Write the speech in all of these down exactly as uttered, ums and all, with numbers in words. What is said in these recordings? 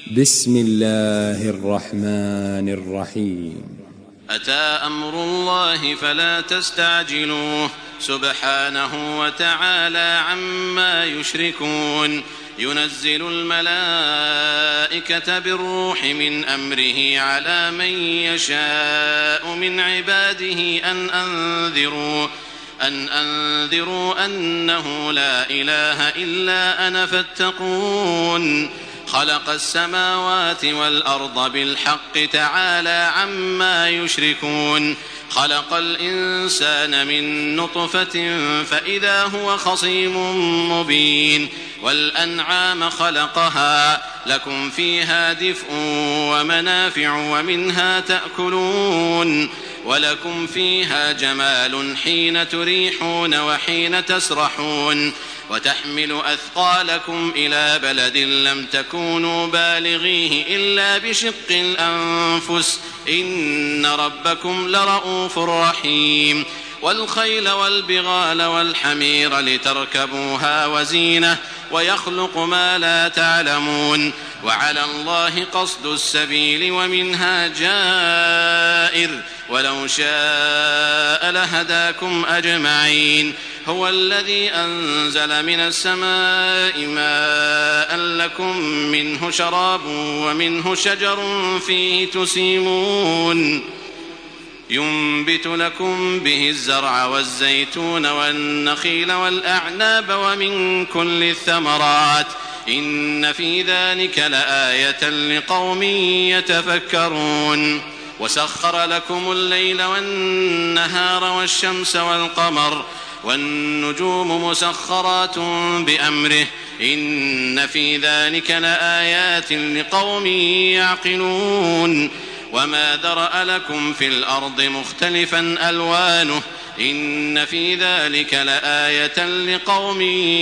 بسم الله الرحمن الرحيم. أتى أمر الله فلا تستعجلوه سبحانه وتعالى عما يشركون. ينزل الملائكة بالروح من أمره على من يشاء من عباده أن أنذروا أن أنذروا أنه لا إله إلا أنا فاتقون. خلق السماوات والأرض بالحق تعالى عما يشركون. خلق الإنسان من نطفة فإذا هو خصيم مبين. والأنعام خلقها لكم فيها دفء ومنافع ومنها تأكلون. ولكم فيها جمال حين تريحون وحين تسرحون. وتحمل أثقالكم إلى بلد لم تكونوا بالغيه إلا بشق الأنفس إن ربكم لرؤوف رحيم. والخيل والبغال والحمير لتركبوها وزينة ويخلق ما لا تعلمون. وعلى الله قصد السبيل ومنها جائر ولو شاء لهداكم أجمعين. هو الذي أنزل من السماء ماء لكم منه شراب ومنه شجر فيه تسيمون. ينبت لكم به الزرع والزيتون والنخيل والأعناب ومن كل الثمرات إن في ذلك لآية لقوم يتفكرون. وسخر لكم الليل والنهار والشمس والقمر والنجوم مسخرات بأمره إن في ذلك لآيات لقوم يعقلون. وما ذرأ لكم في الأرض مختلفا ألوانه إن في ذلك لآية لقوم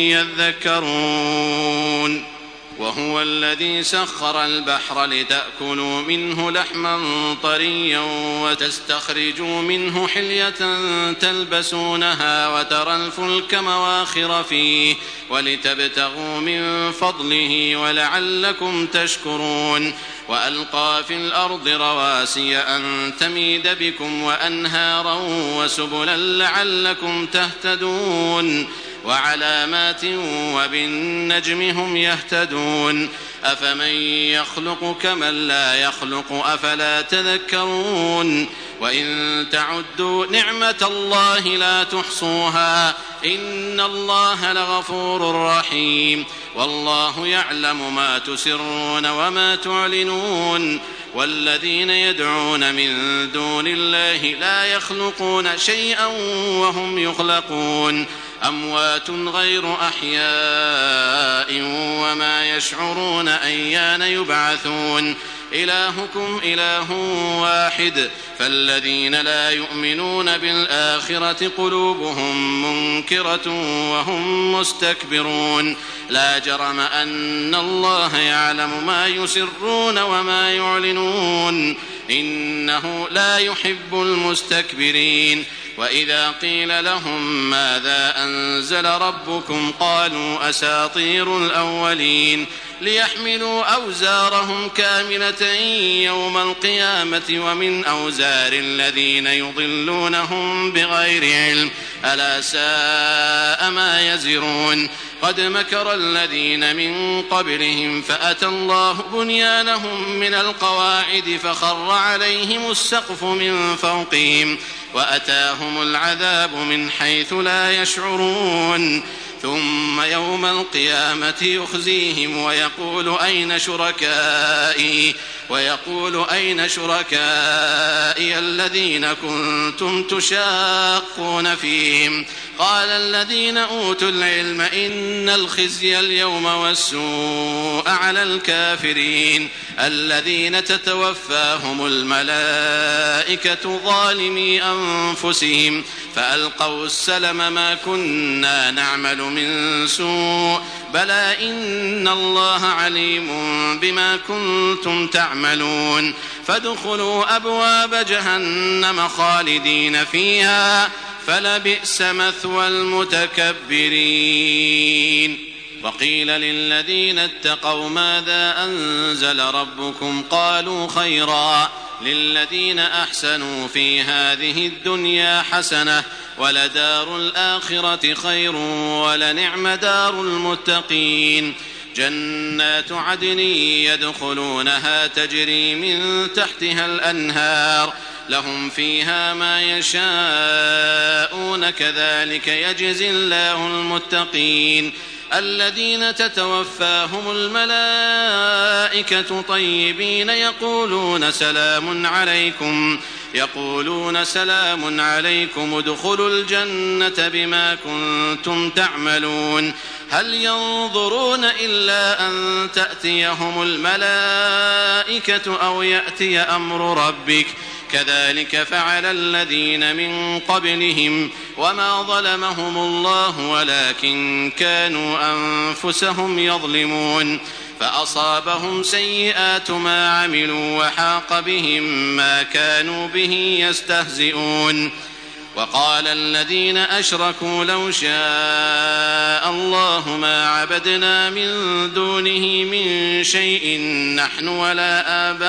يذكرون. وهو الذي سخر البحر لتأكلوا منه لحما طريا وتستخرجوا منه حلية تلبسونها وترى الفلك مواخر فيه ولتبتغوا من فضله ولعلكم تشكرون. وألقى في الأرض رواسي أن تميد بكم وأنهارا وسبلا لعلكم تهتدون. وعلامات وبالنجم هم يهتدون. أفمن يخلق كمن لا يخلق أفلا تذكرون. وإن تعدوا نعمة الله لا تحصوها إن الله لغفور رحيم. والله يعلم ما تسرون وما تعلنون. والذين يدعون من دون الله لا يخلقون شيئا وهم يخلقون. أموات غير أحياء وما يشعرون أيان يبعثون. إلهكم إله واحد فالذين لا يؤمنون بالآخرة قلوبهم منكرة وهم مستكبرون. لا جرم أن الله يعلم ما يسرون وما يعلنون إنه لا يحب المستكبرين. وإذا قيل لهم ماذا أنزل ربكم قالوا أساطير الأولين ليحملوا أوزارهم كاملة يوم القيامة ومن أوزار الذين يضلونهم بغير علم ألا ساء ما يزرون. قد مكر الذين من قبلهم فأتى الله بنيانهم من القواعد فخر عليهم السقف من فوقهم وأتاهم العذاب من حيث لا يشعرون. ثم يوم القيامة يخزيهم ويقول أين شركائي ويقول أين شركائي الذين كنتم تشاقون فيهم. قال الذين أوتوا العلم إن الخزي اليوم والسوء على الكافرين الذين تتوفاهم الملائكة ظالمي أنفسهم فألقوا السلم ما كنا نعمل من سوء بلى إن الله عليم بما كنتم تعملون. فادخلوا أبواب جهنم خالدين فيها فلبئس مثوى المتكبرين. وقيل للذين اتقوا ماذا أنزل ربكم قالوا خيرا للذين أحسنوا في هذه الدنيا حسنة ولدار الآخرة خير ولنعم دار المتقين جنات عدن يدخلونها تجري من تحتها الأنهار لهم فيها ما يشاءون كذلك يجزي الله المتقين الذين تتوفاهم الملائكة طيبين يقولون سلام عليكم يقولون سلام عليكم ادخلوا الجنة بما كنتم تعملون هل ينظرون إلا أن تأتيهم الملائكة أو يأتي أمر ربك كذلك فعل الذين من قبلهم وما ظلمهم الله ولكن كانوا أنفسهم يظلمون فأصابهم سيئات ما عملوا وحاق بهم ما كانوا به يستهزئون وقال الذين أشركوا لو شاء الله ما عبدنا من دونه من شيء نحن ولا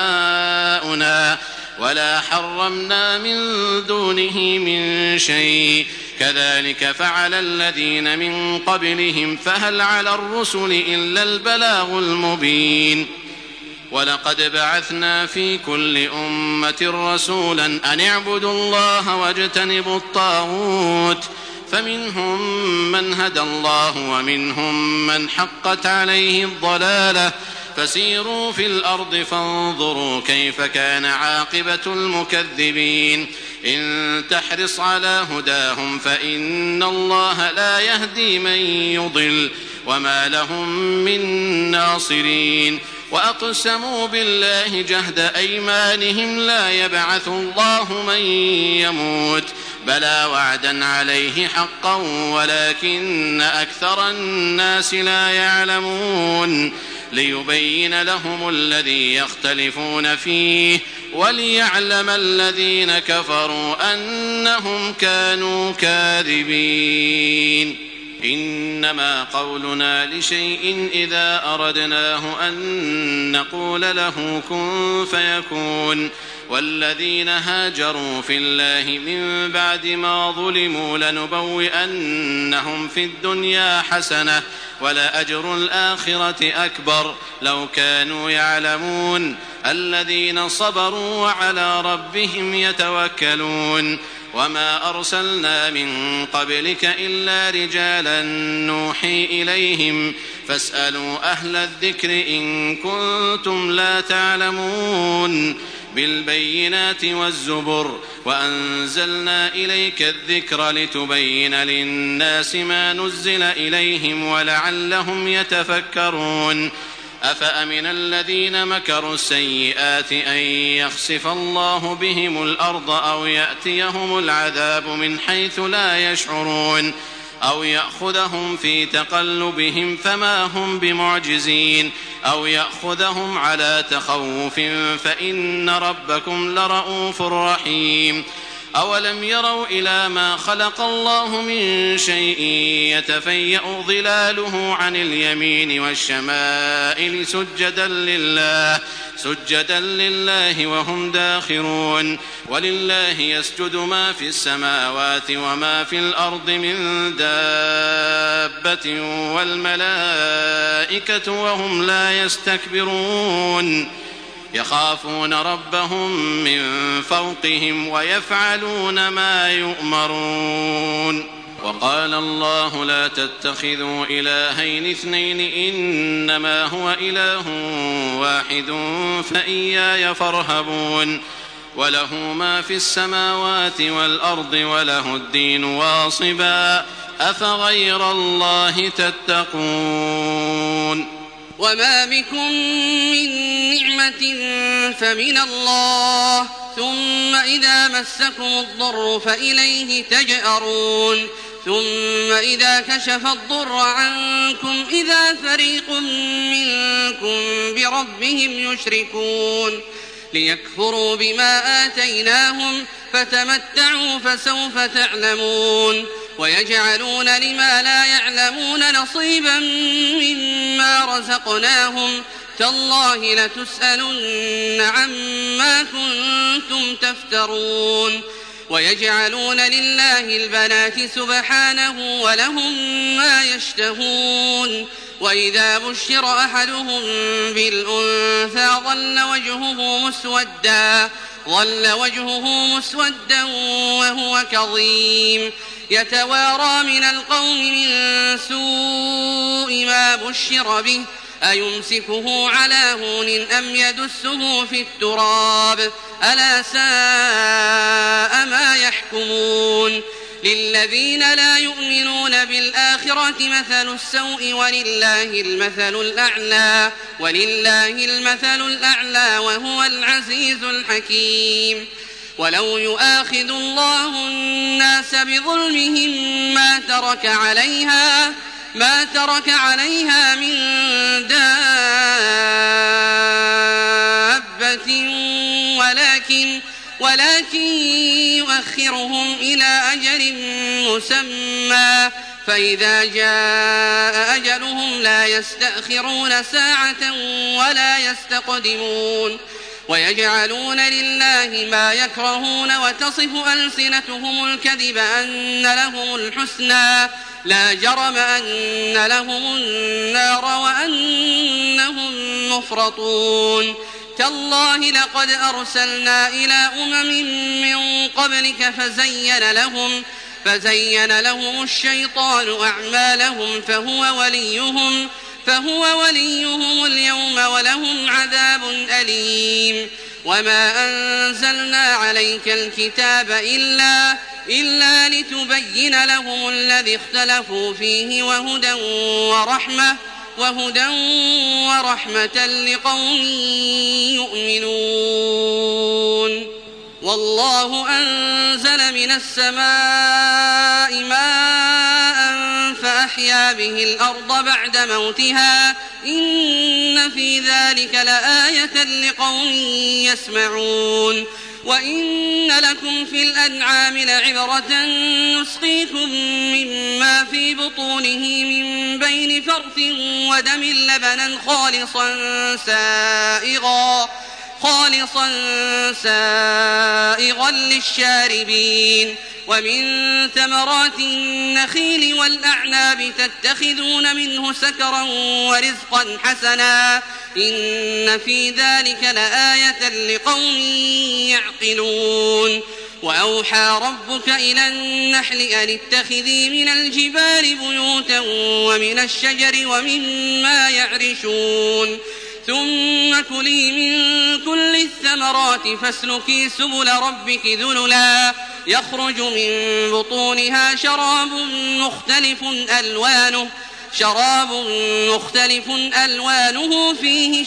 آباؤنا ولا حرمنا من دونه من شيء كذلك فعل الذين من قبلهم فهل على الرسل إلا البلاغ المبين ولقد بعثنا في كل أمة رسولا أن اعبدوا الله واجتنبوا الطاغوت فمنهم من هدى الله ومنهم من حقت عليه الضلالة فسيروا في الأرض فانظروا كيف كان عاقبة المكذبين إن تحرص على هداهم فإن الله لا يهدي من يضل وما لهم من ناصرين وأقسموا بالله جهد أيمانهم لا يبعث الله من يموت بلى وعدا عليه حقا ولكن أكثر الناس لا يعلمون ليبين لهم الذي يختلفون فيه وليعلم الذين كفروا أنهم كانوا كاذبين إنما قولنا لشيء إذا أردناه أن نقول له كن فيكون والذين هاجروا في الله من بعد ما ظلموا لنبوئنهم في الدنيا حسنة ولأجر الآخرة أكبر لو كانوا يعلمون الذين صبروا وعلى ربهم يتوكلون وما أرسلنا من قبلك إلا رجالا نوحي إليهم فاسألوا أهل الذكر إن كنتم لا تعلمون بالبينات والزبر وأنزلنا إليك الذكر لتبين للناس ما نزل إليهم ولعلهم يتفكرون أفأمن الذين مكروا السيئات أن يخسف الله بهم الأرض أو يأتيهم العذاب من حيث لا يشعرون أو يأخذهم في تقلبهم فما هم بمعجزين أو يأخذهم على تخوف فإن ربكم لرؤوف رحيم أولم يروا إلى ما خلق الله من شيء يتفيأ ظلاله عن اليمين والشمائل سجدا لله سجدا لله وهم داخرون ولله يسجد ما في السماوات وما في الأرض من دابة والملائكة وهم لا يستكبرون يخافون ربهم من فوقهم ويفعلون ما يؤمرون وقال الله لا تتخذوا إلهين اثنين إنما هو إله واحد فإياي فارهبون وله ما في السماوات والأرض وله الدين واصبا أفغير الله تتقون وما بكم من نعمة فمن الله ثم إذا مسكم الضر فإليه تجأرون ثم إذا كشف الضر عنكم إذا فريق منكم بربهم يشركون ليكفروا بما آتيناهم فتمتعوا فسوف تعلمون ويجعلون لما لا يعلمون نصيبا مما رزقناهم تالله لتسألن عما كنتم تفترون ويجعلون لله البنات سبحانه ولهم ما يشتهون وإذا بشر أحدهم بالأنثى ظل وجهه مسودا ظل وجهه مسودا وهو كظيم يتوارى من القوم من سوء ما بشر به أيمسكه على هون أم يدسه في التراب ألا ساء ما يحكمون للذين لا يؤمنون بالآخرة مثل السوء ولله المثل الأعلى ولله المثل الأعلى وهو العزيز الحكيم ولو يؤاخذ الله الناس بظلمهم ما ترك عليها ما ترك عليها من دابة ولكن ولكن يؤخرهم إلى أجل مسمى فإذا جاء أجلهم لا يستأخرون ساعة ولا يستقدمون ويجعلون لله ما يكرهون وتصف ألسنتهم الكذب أن لهم الحسنى لا جرم أن لهم النار وأنهم مفرطون تالله لقد أرسلنا إلى أمم من قبلك فزين لهم فزين لهم الشيطان أعمالهم فهو وليهم فهو وليهم اليوم ولهم عذاب أليم وما أنزلنا عليك الكتاب إلا إلا لتبين لهم الذي اختلفوا فيه وهدى ورحمة وهدى ورحمة لقوم يؤمنون والله أنزل من السماء ماء فأحيا به الأرض بعد موتها إن في ذلك لآية لقوم يسمعون وإن لكم في الأنعام لعبرة نسقيكم مما في بطونه من بين فرث ودم لبنا خالصا سائغا خالصا سائغا للشاربين ومن ثمرات النخيل والأعناب تتخذون منه سكرا ورزقا حسنا إن في ذلك لآية لقوم يعقلون وأوحى ربك إلى النحل أن اتخذي من الجبال بيوتا ومن الشجر ومما يعرشون ثم كلي من كل الثمرات فاسلكي سبل ربك ذللا يخرج من بطونها شراب مختلف ألوانه شراب مختلف ألوانه فيه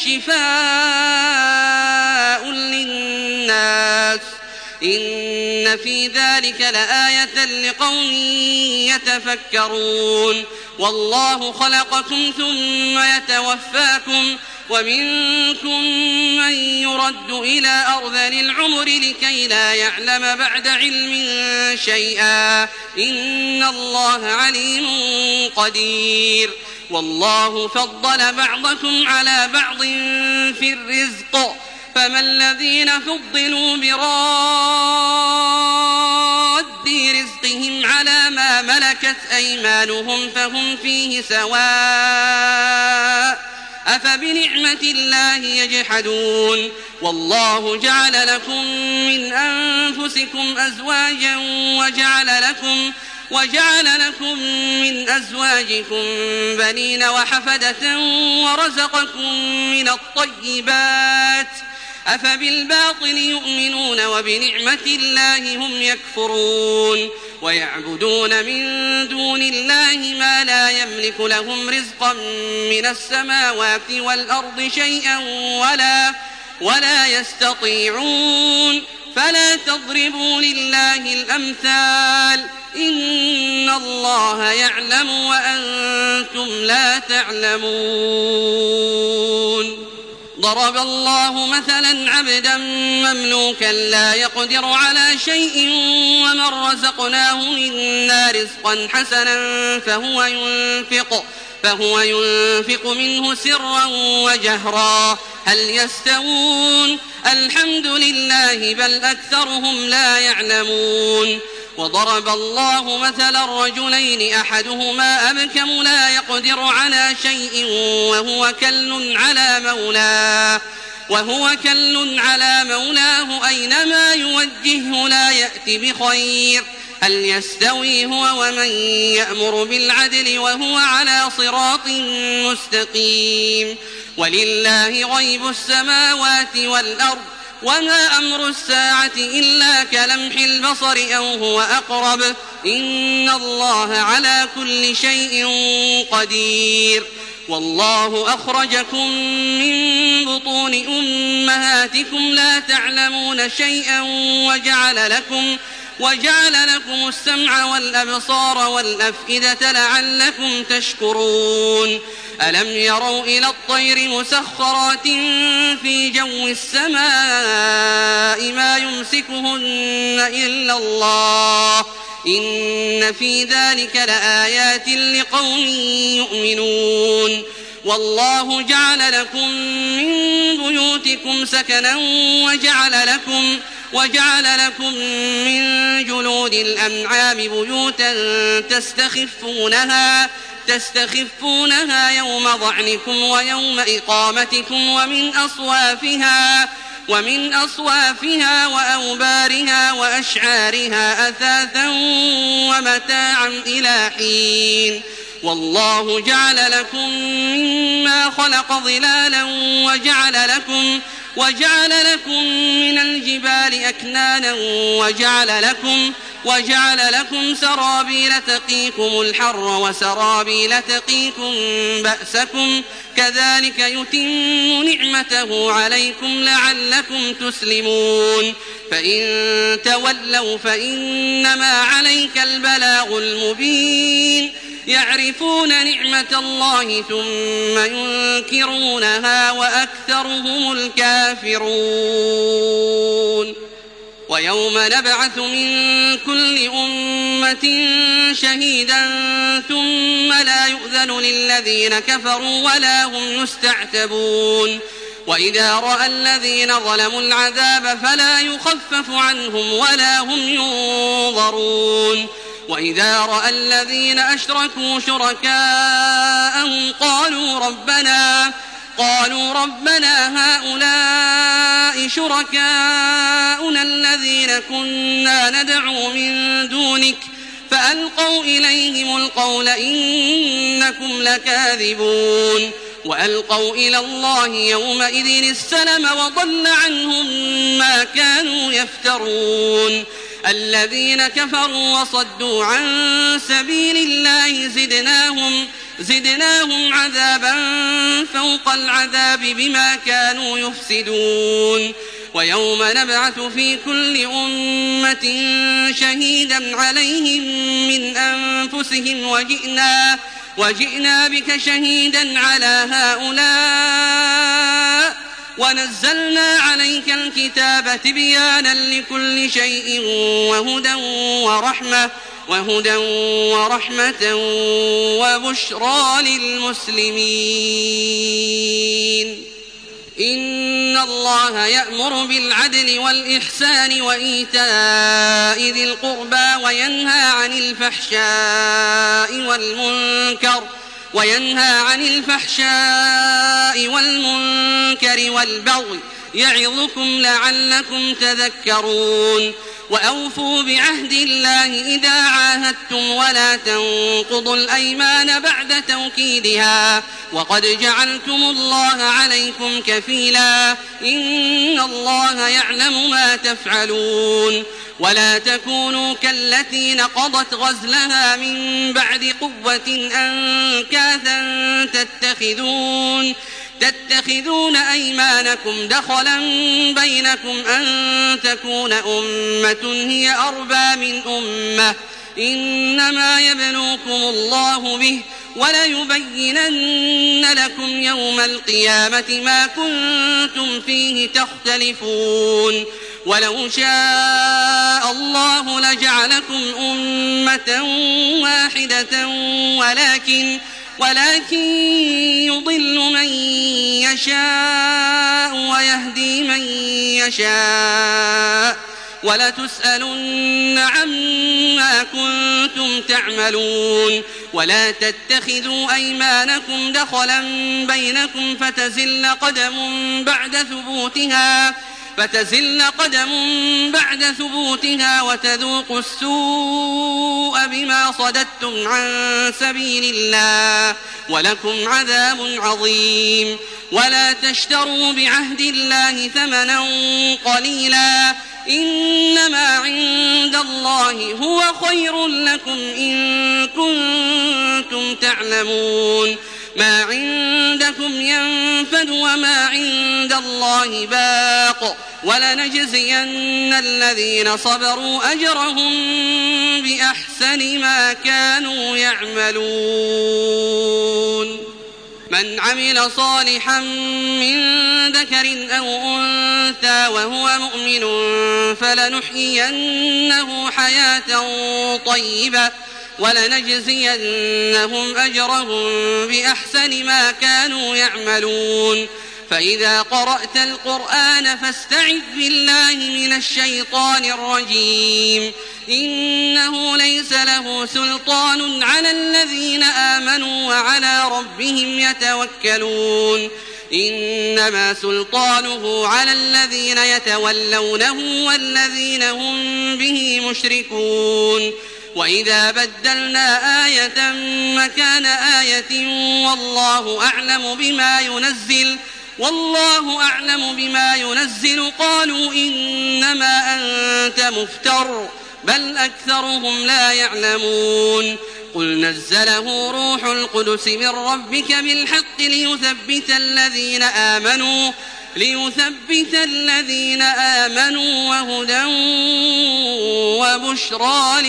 شفاء للناس إن في ذلك لآية لقوم يتفكرون والله خلقكم ثم يتوفاكم ومنكم من يرد إلى أرذل العمر لكي لا يعلم بعد علم شيئا إن الله عليم قدير والله فضل بعضكم على بعض في الرزق فما الذين فضلوا براد رزقهم على ما ملكت أيمانهم فهم فيه سواء أفبنعمة الله يجحدون والله جعل لكم من أنفسكم أزواجا وجعل لكم وجعل لكم من أزواجكم بنين وحفدة ورزقكم من الطيبات أفبالباطل يؤمنون وبنعمة الله هم يكفرون ويعبدون من دون الله ما لا يملك لهم رزقا من السماوات والأرض شيئا ولا, ولا يستطيعون فلا تضربوا لله الأمثال إن الله يعلم وأنتم لا تعلمون ضرب الله مثلا عبدا مملوكا لا يقدر على شيء ومن رزقناه منا رزقا حسنا فهو ينفق فهو ينفق منه سرا وجهرا هل يستوون الحمد لله بل أكثرهم لا يعلمون وضرب الله مثلا رجلين أحدهما أبكم لا يقدر على شيء وهو كل على مولاه وهو كل على مولاه أينما يوجهه لا يأتي بخير هل يستوي هو ومن يأمر بالعدل وهو على صراط مستقيم ولله غيب السماوات والأرض وما أمر الساعة إلا كلمح البصر أو هو أقرب إن الله على كل شيء قدير والله أخرجكم من بطون أمهاتكم لا تعلمون شيئا وجعل لكم وجعل لكم السمع والأبصار والأفئدة لعلكم تشكرون ألم يروا إلى الطير مسخرات في جو السماء ما يمسكهن إلا الله إن في ذلك لآيات لقوم يؤمنون والله جعل لكم من بيوتكم سكنا وجعل لكم وجعل لكم من جلود الأنعام بيوتا تستخفونها تستخفونها يوم ضعنكم ويوم إقامتكم ومن أصوافها ومن أصوافها وأوبارها وأشعارها أثاثا ومتاعا إلى حين والله جعل لكم مما خلق ظلالا وجعل لكم وجعل لكم من الجبال أكنانا وجعل لكم وجعل لكم سرابيل تقيكم الحر وسرابيل تقيكم بأسكم كذلك يتم نعمته عليكم لعلكم تسلمون فإن تولوا فإنما عليك البلاغ المبين يعرفون نعمة الله ثم ينكرونها وأكثرهم الكافرون ويوم نبعث من كل أمة شهيدا ثم لا يؤذن للذين كفروا ولا هم يستعتبون وإذا رأى الذين ظلموا العذاب فلا يخفف عنهم ولا هم ينظرون وإذا رأى الذين أشركوا شركاءهم قالوا ربنا قالوا ربنا هؤلاء شركاؤنا الذين كنا ندعو من دونك فألقوا إليهم القول إنكم لكاذبون وألقوا إلى الله يومئذ السلم وضل عنهم ما كانوا يفترون الذين كفروا وصدوا عن سبيل الله زدناهم زدناهم عذابا فوق العذاب بما كانوا يفسدون ويوم نبعث في كل أمة شهيدا عليهم من أنفسهم وجئنا وجئنا بك شهيدا على هؤلاء ونزلنا عليك الكتاب تبيانا لكل شيء وهدى ورحمة وهدى ورحمة وبشرى للمسلمين إن الله يأمر بالعدل والإحسان وإيتاء ذي القربى وينهى عن الفحشاء والمنكر وينهى عن الفحشاء والمنكر والبغي يعظكم لعلكم تذكرون وأوفوا بعهد الله إذا عاهدتم ولا تنقضوا الأيمان بعد توكيدها وقد جعلتم الله عليكم كفيلا إن الله يعلم ما تفعلون ولا تكونوا كالتي نقضت غزلها من بعد قوة أنكاثا تتخذون تتخذون أيمانكم دخلا بينكم أن تكون أمة هي أربى من أمة إنما يبلوكم الله به وليبينن لكم يوم القيامة ما كنتم فيه تختلفون ولو شاء الله لجعلكم أمة واحدة ولكن ولكن يضل من يشاء ويهدي من يشاء ولتسألن عما كنتم تعملون ولا تتخذوا أيمانكم دخلا بينكم فتزل قدم بعد ثبوتها فتزل قدم بعد ثبوتها وتذوقوا السوء بما صددتم عن سبيل الله ولكم عذاب عظيم ولا تشتروا بعهد الله ثمنا قليلا إنما عند الله هو خير لكم إن كنتم تعلمون ما عندكم ينفد وما عند الله باق ولنجزين الذين صبروا أجرهم بأحسن ما كانوا يعملون من عمل صالحا من ذكر أو أنثى وهو مؤمن فلنحيينه حياة طيبة ولنجزينهم أجرهم بأحسن ما كانوا يعملون فإذا قرأت القرآن فاستعذ بالله من الشيطان الرجيم إنه ليس له سلطان على الذين آمنوا وعلى ربهم يتوكلون إنما سلطانه على الذين يتولونه والذين هم به مشركون وإذا بدلنا آية مكان آية والله أعلم بما ينزل والله أعلم بما ينزل قالوا إنما أنت مفتر بل أكثرهم لا يعلمون قل نزله روح القدس من ربك بالحق ليثبت الذين آمنوا ليثبت الذين آمنوا وهدى وبشرى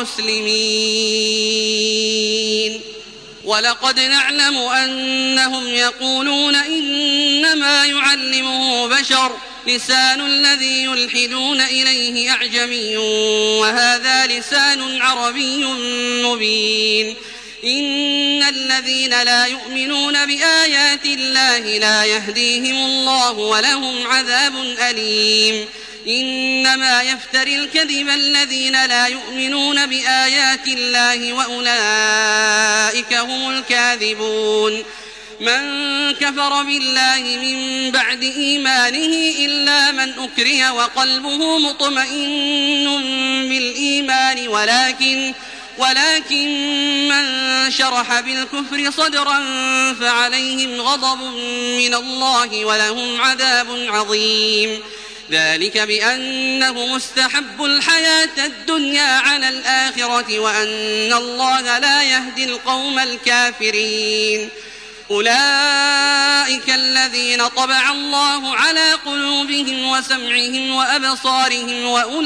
للمسلمين ولقد نعلم أنهم يقولون إنما يعلمه بشر لسان الذي يلحدون إليه أعجمي وهذا لسان عربي مبين إن الذين لا يؤمنون بآيات الله لا يهديهم الله ولهم عذاب أليم إنما يفتري الكذب الذين لا يؤمنون بآيات الله وأولئك هم الكاذبون من كفر بالله من بعد إيمانه إلا من أكره وقلبه مطمئن بالإيمان ولكن ولكن من شرح بالكفر صدرا فعليهم غضب من الله ولهم عذاب عظيم ذلك بأنه مستحب الحياة الدنيا على الآخرة وأن الله لا يهدي القوم الكافرين أولئك الذين طبع الله على قلوبهم وسمعهم وأبصارهم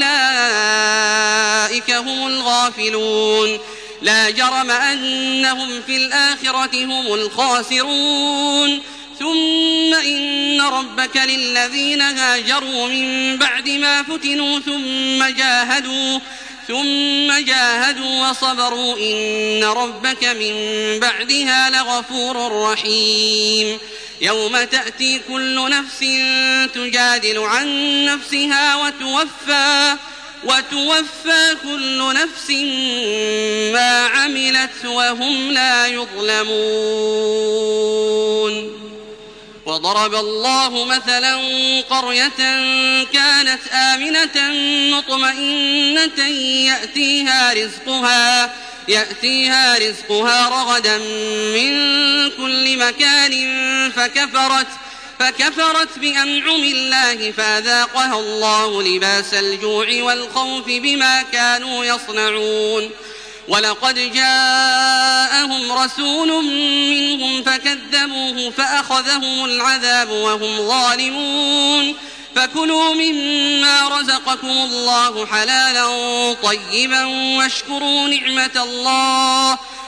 وأولئك هم الغافلون لا جرم أنهم في الآخرة هم الخاسرون ثم إن ربك للذين هاجروا من بعد ما فتنوا ثم جاهدوا ثم جاهدوا وصبروا إن ربك من بعدها لغفور رحيم يوم تأتي كل نفس تجادل عن نفسها وتوفى وتوفى كل نفس ما عملت وهم لا يظلمون وضرب الله مثلا قرية كانت آمنة مطمئنة يأتيها رزقها يأتيها رزقها رغدا من كل مكان فكفرت فكفرت بأنعم الله فأذاقها الله لباس الجوع والخوف بما كانوا يصنعون ولقد جاءهم رسول منهم فكذبوه فأخذهم العذاب وهم ظالمون فكلوا مما رزقكم الله حلالا طيبا واشكروا نعمة الله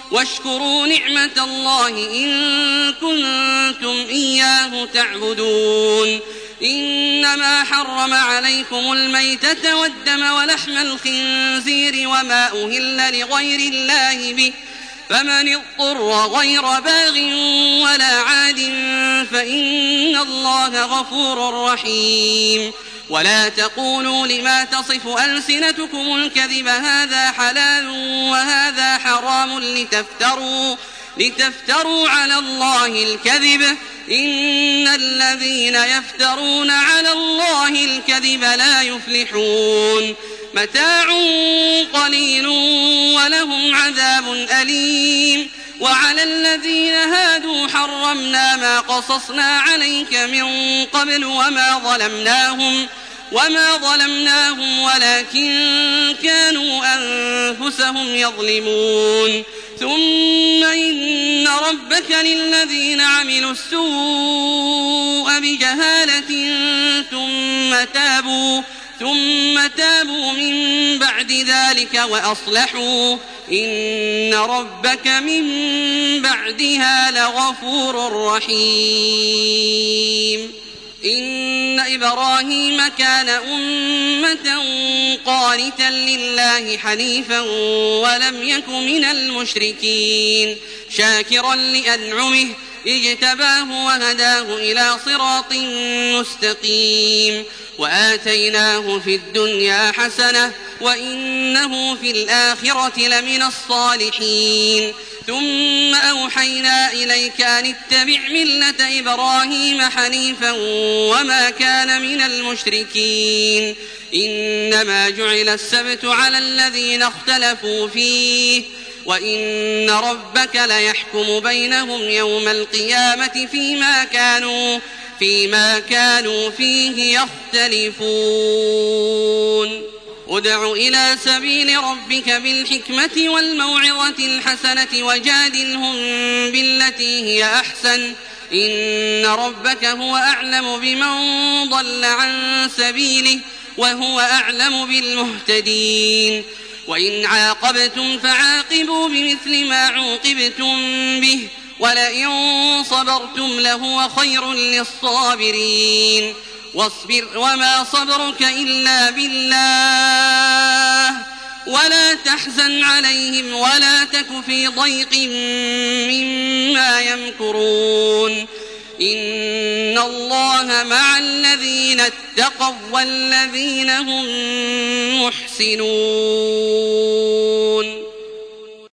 واشكروا نعمة الله إن كنتم إياه تعبدون إنما حرم عليكم الميتة والدم ولحم الخنزير وما أهل لغير الله به فمن اضطر غير باغ ولا عاد فإن الله غفور رحيم ولا تقولوا لما تصف ألسنتكم الكذب هذا حلال وهذا حرام لتفتروا, لتفتروا على الله الكذب إن الذين يفترون على الله الكذب لا يفلحون متاع قليل ولهم عذاب أليم وعلى الذين هادوا حرمنا ما قصصنا عليك من قبل وما ظلمناهم وما ظلمناهم ولكن كانوا أنفسهم يظلمون ثم إن ربك للذين عملوا السوء بجهالة ثم تابوا ثم تابوا من بعد ذلك وأصلحوا إن ربك من بعدها لغفور رحيم إن إبراهيم كان أمة قانتا لله حنيفا ولم يك من المشركين شاكرا لأنعمه اجتباه وهداه إلى صراط مستقيم وآتيناه في الدنيا حسنة وإنه في الآخرة لمن الصالحين ثم أوحينا إليك أن اتبع ملة إبراهيم حنيفا وما كان من المشركين إنما جعل السبت على الذين اختلفوا فيه وإن ربك ليحكم بينهم يوم القيامة فيما كانوا فيما كانوا فيه يختلفون ادع إلى سبيل ربك بالحكمة والموعظة الحسنة وجادلهم بالتي هي أحسن إن ربك هو أعلم بمن ضل عن سبيله وهو أعلم بالمهتدين وإن عاقبتم فعاقبوا بمثل ما عوقبتم به ولئن صبرتم لهو خير للصابرين واصبر وما صبرك إلا بالله ولا تحزن عليهم ولا تك في ضيق مما يمكرون إن الله مع الذين اتقوا والذين هم محسنون.